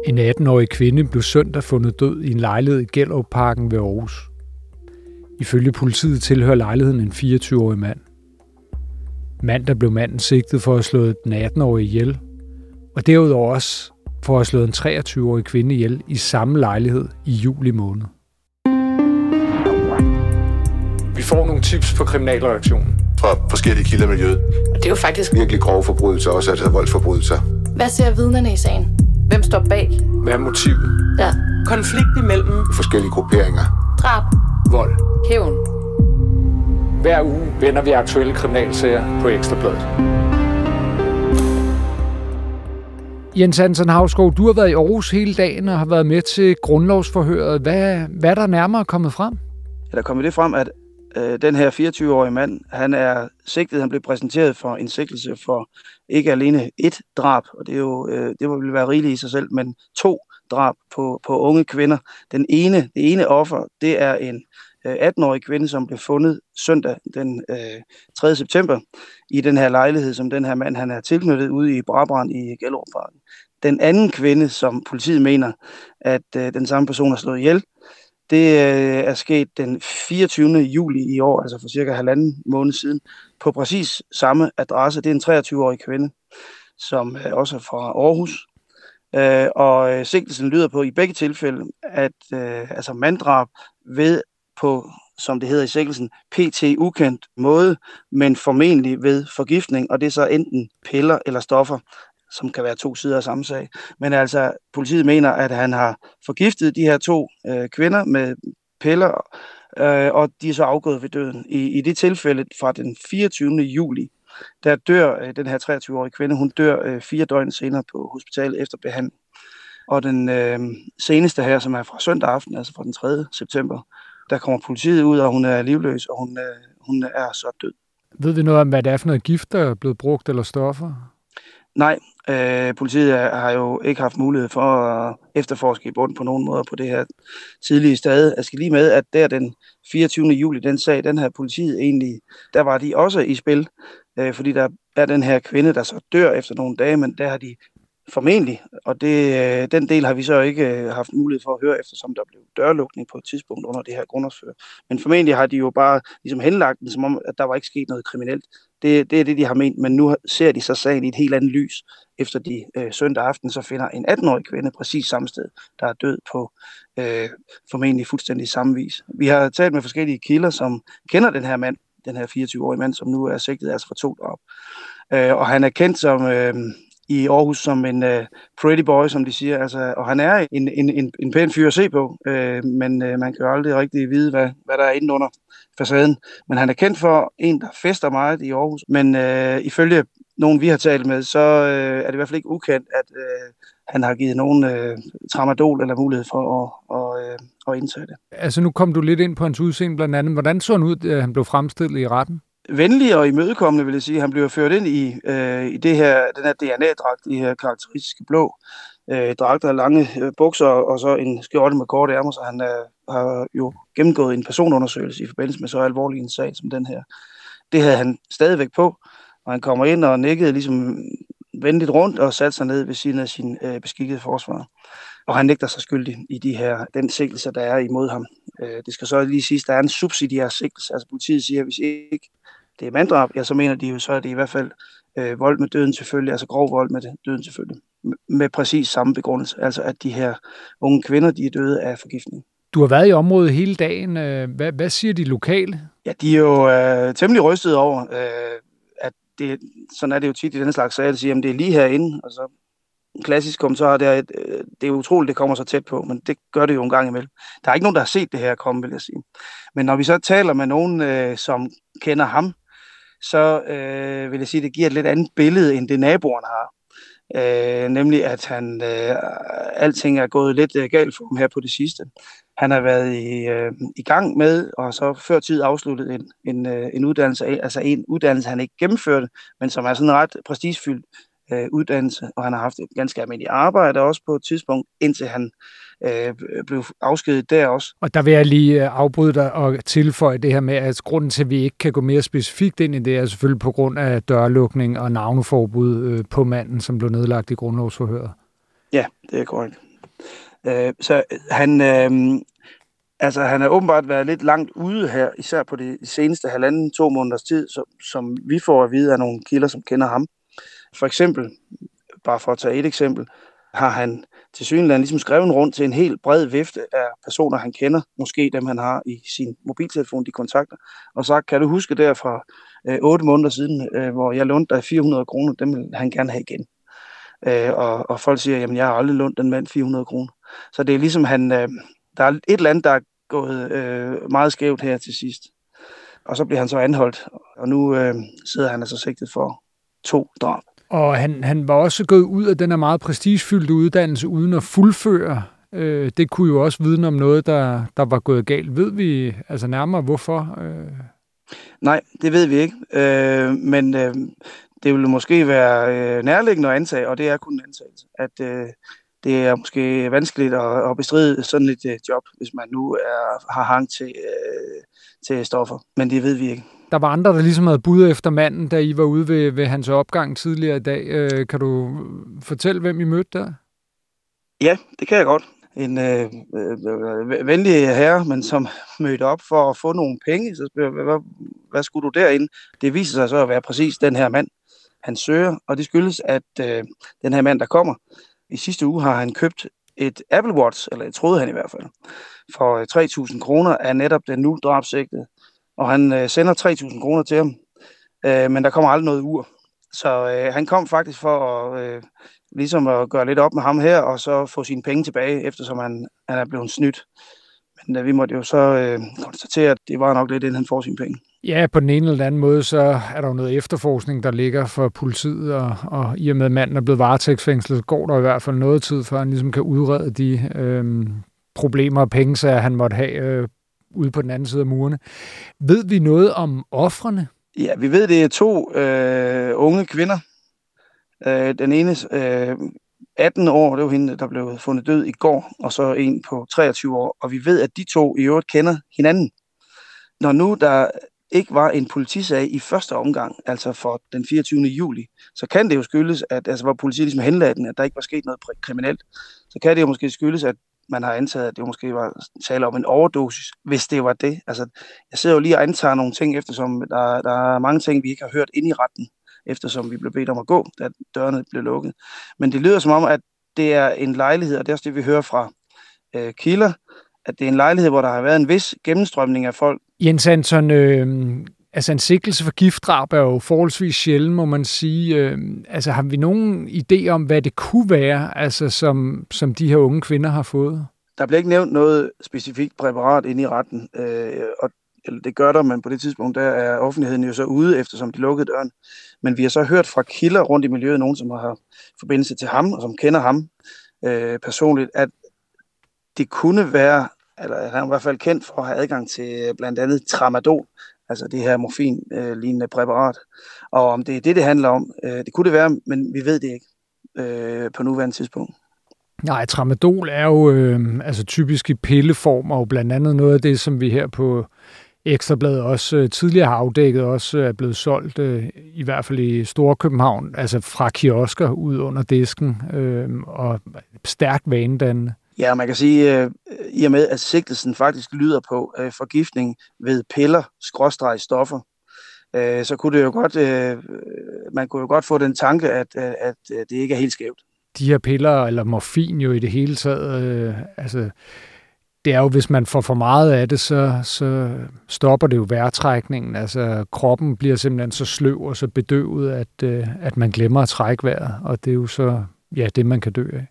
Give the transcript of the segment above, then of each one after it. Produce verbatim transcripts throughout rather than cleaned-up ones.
En atten-årig kvinde blev søndag fundet død i en lejlighed i Gellerupparken ved Aarhus. Ifølge politiet tilhører lejligheden en fireogtyve-årig mand. Mandag blev manden sigtet for at have slået den atten-årige ihjel, og derudover også for at have slået en treogtyve-årig kvinde ihjel i samme lejlighed i juli måned. Vi får nogle tips på kriminalreaktionen fra forskellige kilder i miljøet. Og det er jo faktisk virkelig grove forbrydelser, også altså voldsforbrydelser. Hvad ser vidnerne i sagen? Hvem står bag? Hvad er motivet? Ja. Konflikt imellem forskellige grupperinger. Drab. Vold. Hævn. Hver uge vender vi aktuelle kriminalsager på Ekstra Bladet. Jens Hansen Hausgaard, du har været i Aarhus hele dagen og har været med til grundlovsforhøret. Hvad, hvad er der nærmere kommet frem? Ja, der er kommet det frem, at øh, den her fireogtyve-årige mand, han er sigtet, han blev præsenteret for en sigtelse for ikke alene ét drab, og det er jo øh, det vil være rigeligt i sig selv, men to drab på, på unge kvinder. Den ene, det ene offer, det er en øh, atten-årig kvinde, som blev fundet søndag den øh, tredje september i den her lejlighed, som den her mand han er tilknyttet ude i Brabrand i Gellerupparken. Den anden kvinde, som politiet mener, at øh, den samme person har slået ihjel, det øh, er sket den fireogtyvende juli i år, altså for cirka halvanden måned siden, på præcis samme adresse. Det er en treogtyve-årig kvinde, som øh, også er fra Aarhus. Øh, og øh, sigtelsen lyder på i begge tilfælde, at øh, altså manddrab ved på, som det hedder i sigtelsen, P T ukendt måde, men formentlig ved forgiftning, og det er så enten piller eller stoffer, som kan være to sider af samme sag. Men altså, politiet mener, at han har forgiftet de her to øh, kvinder med piller, øh, og de er så afgået ved døden. I, i det tilfælde fra den fireogtyvende juli, der dør øh, den her treogtyve-årige kvinde, hun dør øh, fire døgn senere på hospitalet efter behandling. Og den øh, seneste her, som er fra søndag aften, altså fra den tredje september, der kommer politiet ud, og hun er livløs, og hun, øh, hun er så død. Ved vi noget om, hvad det er for noget gift, der er blevet brugt, eller stoffer? Nej, øh, politiet har jo ikke haft mulighed for at efterforske i bund på nogen måder på det her tidlige stade. Jeg skal lige med, at der den fireogtyvende juli, den sag, den her politiet egentlig, der var de også i spil, øh, fordi der er den her kvinde, der så dør efter nogle dage, men der har de formentlig, og det, den del har vi så ikke haft mulighed for at høre, eftersom der blev dørlukning på et tidspunkt under det her grundlovsforhør. Men formentlig har de jo bare ligesom henlagt den, som om, at der var ikke sket noget kriminelt. Det, det er det, de har ment, men nu ser de så sagen i et helt andet lys, efter de øh, søndag aften så finder en atten-årig kvinde præcis samme sted, der er død på øh, formentlig fuldstændig samme vis. Vi har talt med forskellige kilder, som kender den her mand, den her fireogtyve-årige mand, som nu er sigtet altså for to drab. Øh, og han er kendt som... Øh, i Aarhus som en uh, pretty boy, som de siger. Altså, og han er en, en, en, en pæn fyr at se på, øh, men øh, man kan jo aldrig rigtig vide, hvad, hvad der er inde under facaden. Men han er kendt for en, der fester meget i Aarhus. Men øh, ifølge nogen, vi har talt med, så øh, er det i hvert fald ikke ukendt, at øh, han har givet nogen øh, tramadol eller mulighed for at, og, øh, at indtage det. Altså nu kom du lidt ind på hans udseende blandt andet. Hvordan så han ud, da han blev fremstillet i retten? Venlig og imødekommende, vil jeg sige. Han bliver ført ind i, øh, i det her, den her D N A-dragt, de her karakteristiske blå øh, dragter, lange øh, bukser og så en skjorte med korte ærmer, så han øh, har jo gennemgået en personundersøgelse i forbindelse med så alvorlig en sag som den her. Det havde han stadigvæk på, og han kommer ind og nikkede ligesom venligt rundt og satte sig ned ved siden af sin øh, beskikkede forsvar. Og han nægter sig skyldig i de her, den sigtelse, der er imod ham. Øh, det skal så lige siges, der er en subsidiær sigtelse. Altså politiet siger, at hvis ikke det er manddrab, ja, så mener de jo så, at det er i hvert fald øh, vold med døden selvfølgelig, altså grov vold med døden selvfølgelig, med, med præcis samme begrundelse. Altså at de her unge kvinder, de er døde af forgiftning. Du har været i området hele dagen. Hvad, hvad siger de lokale? Ja, de er jo øh, temmelig rystede over, øh, at det, sådan er det jo tit i denne slags sager, at sige, at det er lige herinde, og så klassisk kommentar, det er, det er utroligt, det kommer så tæt på, men det gør det jo en gang imellem. Der er ikke nogen, der har set det her komme, vil jeg sige. Men når vi så taler med nogen, øh, som kender ham, så øh, vil jeg sige, at det giver et lidt andet billede, end det naboerne har. Øh, nemlig, at han, øh, alting er gået lidt øh, galt for ham her på det sidste. Han har været i, øh, i gang med, og så før tid afsluttet en, en, øh, en uddannelse, altså en uddannelse, han ikke gennemførte, men som er sådan ret prestigefyldt øh, uddannelse, og han har haft et ganske almindeligt arbejde også på et tidspunkt, indtil han øh, blev afskediget der også. Og der vil jeg lige afbryde dig og tilføje det her med, at grunden til, at vi ikke kan gå mere specifikt ind i det, er selvfølgelig på grund af dørlukning og navneforbud øh, på manden, som blev nedlagt i grundlovsforhøret. Ja, det er korrekt. Øh, så han, øh, altså, han har åbenbart været lidt langt ude her, især på de seneste halvanden, to måneders tid, som, som vi får at vide af nogle kilder, som kender ham. For eksempel, bare for at tage et eksempel, har han til synligheden ligesom skrevet rundt til en helt bred vifte af personer, han kender, måske dem, han har i sin mobiltelefon, de kontakter, og sagt, kan du huske der fra øh, otte måneder siden, øh, hvor jeg lånte dig fire hundrede kroner, dem vil han gerne have igen. Øh, og, og folk siger, jamen jeg har aldrig lånt den mand fire hundrede kroner. Så det er ligesom, han, øh, der er et eller andet, der er gået øh, meget skævt her til sidst. Og så bliver han så anholdt, og nu øh, sidder han altså sigtet for to drab. Og han, han var også gået ud af den her meget prestigefyldte uddannelse uden at fuldføre. Øh, det kunne jo også vidne om noget, der, der var gået galt. Ved vi altså nærmere, hvorfor? Øh... Nej, det ved vi ikke. Øh, men øh, det ville måske være øh, nærliggende at antage, og det er kun en antagelse, at øh, det er måske vanskeligt at, at bestride sådan et øh, job, hvis man nu er, har hang til, øh, til stoffer. Men det ved vi ikke. Der var andre, der ligesom havde budt efter manden, da I var ude ved, ved hans opgang tidligere i dag. Øh, kan du fortælle, hvem I mødte der? Ja, det kan jeg godt. En øh, øh, venlig herre, men som mødte op for at få nogle penge. Så spørger jeg, hvad, hvad skulle du derinde? Det viser sig så at være præcis den her mand, han søger. Og det skyldes, at øh, den her mand, der kommer, i sidste uge har han købt et Apple Watch, eller jeg troede han i hvert fald, for tre tusind kroner af netop den nu drabsigtede. Og han øh, sender tre tusind kroner til ham, øh, men der kommer aldrig noget ur. Så øh, han kom faktisk for at, øh, ligesom at gøre lidt op med ham her, og så få sine penge tilbage, eftersom han, han er blevet snydt. Men øh, vi måtte jo så øh, konstatere, at det var nok lidt, inden han får sine penge. Ja, på den ene eller anden måde, så er der jo noget efterforskning, der ligger for politiet, og, og i og med, at manden er blevet varetægtsfængslet, går der i hvert fald noget tid, før han ligesom kan udrede de øh, problemer og pengesager, han måtte have øh, ude på den anden side af murene. Ved vi noget om ofrene? Ja, vi ved, det er to øh, unge kvinder. Øh, den ene øh, atten år, det var hende, der blev fundet død i går, og så en på treogtyve år. Og vi ved, at de to i øvrigt kender hinanden. Når nu der ikke var en politisag i første omgang, altså for den fireogtyvende juli, så kan det jo skyldes, at altså, hvor politiet ligesom henlagde den, at der ikke var sket noget kriminelt. Så kan det jo måske skyldes, at man har antaget, at det måske var tale om en overdosis, hvis det var det. Altså, jeg sidder jo lige og antager nogle ting, eftersom der, der er mange ting, vi ikke har hørt inde i retten, eftersom vi blev bedt om at gå, da dørene blev lukket. Men det lyder som om, at det er en lejlighed, og det er også det, vi hører fra øh, kilder, at det er en lejlighed, hvor der har været en vis gennemstrømning af folk. Jens Anton, øh, altså en sigtelse for giftdrab er jo forholdsvis sjældent, må man sige. Øh, altså har vi nogen idé om, hvad det kunne være, altså som, som de her unge kvinder har fået? Der bliver ikke nævnt noget specifikt præparat inde i retten, øh, og eller det gør der, men på det tidspunkt der er offentligheden jo så ude, eftersom de lukkede døren. Men vi har så hørt fra kilder rundt i miljøet, nogen som har forbindelse til ham, og som kender ham øh, personligt, at det kunne være, eller han er i hvert fald kendt for at have adgang til blandt andet tramadol, altså det her morfin-lignende præparat. Og om det er det, det handler om, øh, det kunne det være, men vi ved det ikke øh, på nuværende tidspunkt. Nej, tramadol er jo øh, altså typisk i pilleform, og blandt andet noget af det, som vi her på Ekstrabladet også øh, tidligere har afdækket, også er blevet solgt, øh, i hvert fald i Storkøbenhavn, altså fra kiosker ud under disken, øh, og stærkt vanedannende. Ja, man kan sige, øh, i og med, at sigtelsen faktisk lyder på øh, forgiftning ved piller, skråstreg stoffer, øh, så kunne det jo godt, øh, man kunne jo godt få den tanke, at, at, at det ikke er helt skævt. De her piller, eller morfin jo i det hele taget, øh, altså, det er jo, hvis man får for meget af det, så, så stopper det jo vejrtrækningen. Altså, kroppen bliver simpelthen så sløv og så bedøvet, at, øh, at man glemmer at trække vejret, og det er jo så, ja, det man kan dø af.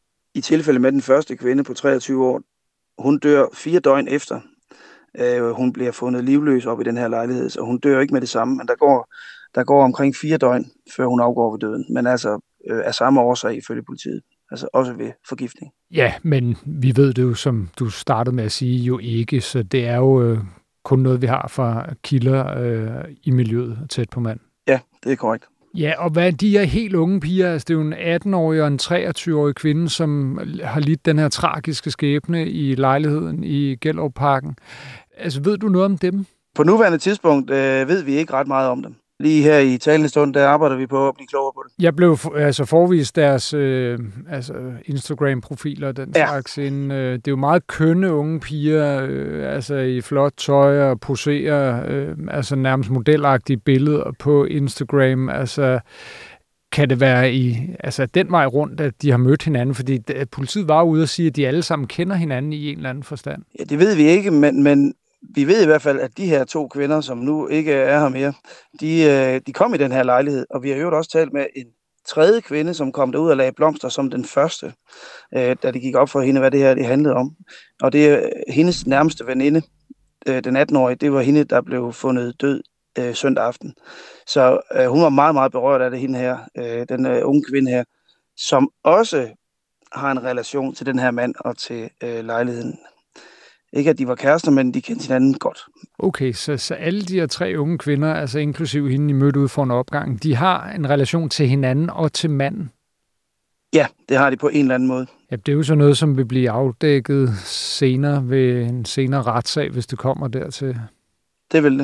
I tilfælde med den første kvinde på treogtyve år, hun dør fire døgn efter, øh, hun bliver fundet livløs op i den her lejlighed, og hun dør ikke med det samme, men der går, der går omkring fire døgn, før hun afgår ved døden, men altså øh, af samme årsag ifølge politiet, altså også ved forgiftning. Ja, men vi ved det jo, som du startede med at sige, jo ikke, så det er jo øh, kun noget, vi har fra kilder øh, i miljøet tæt på mand. Ja, det er korrekt. Ja, og hvad de her helt unge piger, altså det er jo en atten-årig og en treogtyve-årig kvinde, som har lidt den her tragiske skæbne i lejligheden i Gellerupparken. Altså ved du noget om dem? På nuværende tidspunkt øh, ved vi ikke ret meget om dem. lige her i talende stund, der arbejder vi på at blive klogere på det. Jeg blev altså forvist deres øh, altså Instagram-profiler og den ja. slags. En, øh, det er jo meget kønne unge piger, øh, altså i flot tøj og poserer, øh, altså nærmest modelagtige billeder på Instagram. Altså kan det være i altså den vej rundt, at de har mødt hinanden? Fordi at politiet var ude og sige, at de alle sammen kender hinanden i en eller anden forstand. Ja, det ved vi ikke, men, men vi ved i hvert fald, at de her to kvinder, som nu ikke er her mere, de, de kom i den her lejlighed, og vi har jo også talt med en tredje kvinde, som kom derud og lagde blomster som den første, da det gik op for hende, hvad det her det handlede om. Og det er hendes nærmeste veninde, den atten-årige, det var hende, der blev fundet død øh, søndag aften. Så øh, hun var meget, meget berørt af det, hende her, øh, den øh, unge kvinde her, som også har en relation til den her mand og til øh, lejligheden. Ikke at de var kærester, men de kendte hinanden godt. Okay, så, så alle de her tre unge kvinder, altså inklusive hende, I mødte ud for en opgang, de har en relation til hinanden og til manden? Ja, det har de på en eller anden måde. Ja, det er jo så noget, som vil blive afdækket senere ved en senere retssag, hvis det kommer dertil. Det vil det.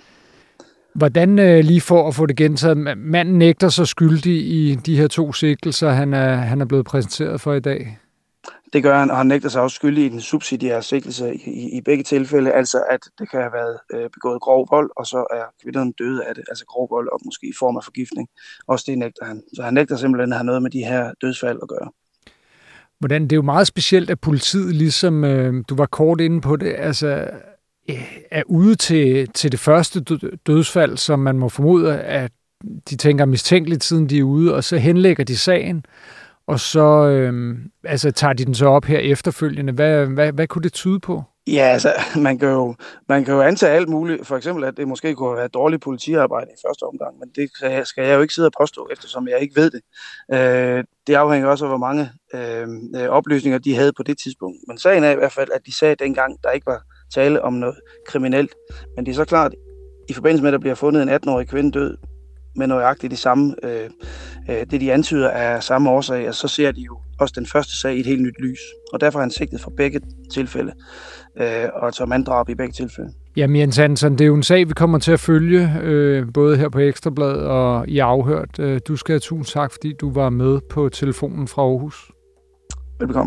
Hvordan øh, lige for at få det gentaget, manden nægter sig skyldig i de her to sigtelser, han er, han er blevet præsenteret for i dag? Det gør han, og han nægter sig også skyldig i den subsidiære sigtelse i, i, i begge tilfælde, altså at det kan have været øh, begået grov vold, og så er kvinderne døde af det, altså grov vold, og måske i form af forgiftning. Også det nægter han. Så han nægter simpelthen at have noget med de her dødsfald at gøre. Hvordan, det er jo meget specielt, at politiet, ligesom øh, du var kort inde på det, altså er ude til, til det første dødsfald, som man må formode, at de tænker mistænkeligt, siden de er ude, og så henlægger de sagen, og så øh, altså, tager de den så op her efterfølgende. Hvad, hvad, hvad kunne det tyde på? Ja, altså, man kan, jo, man kan jo antage alt muligt. For eksempel, at det måske kunne være dårligt politiarbejde i første omgang, men det skal jeg jo ikke sidde og påstå, eftersom jeg ikke ved det. Øh, det afhænger også af, hvor mange øh, oplysninger de havde på det tidspunkt. Men sagen er i hvert fald, at de sagde dengang, der ikke var tale om noget kriminelt. Men det er så klart, i forbindelse med, at der bliver fundet en atten-årig kvinde død, med nøjagtigt det samme, øh, øh, det de antyder er samme årsag, og så ser de jo også den første sag i et helt nyt lys. Og derfor er han sigtet for begge tilfælde, øh, og altså manddrab i begge tilfælde. Jamen Jens Hansen, det er jo en sag, vi kommer til at følge, øh, både her på Ekstra Bladet og i Afhørt. Øh, du skal have tusind tak, fordi du var med på telefonen fra Aarhus. Velbekomme.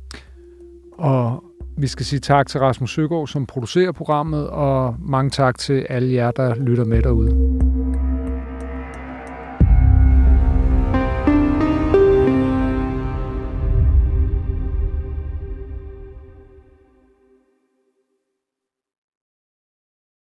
Og vi skal sige tak til Rasmus Søgaard, som producerer programmet, og mange tak til alle jer, der lytter med derude.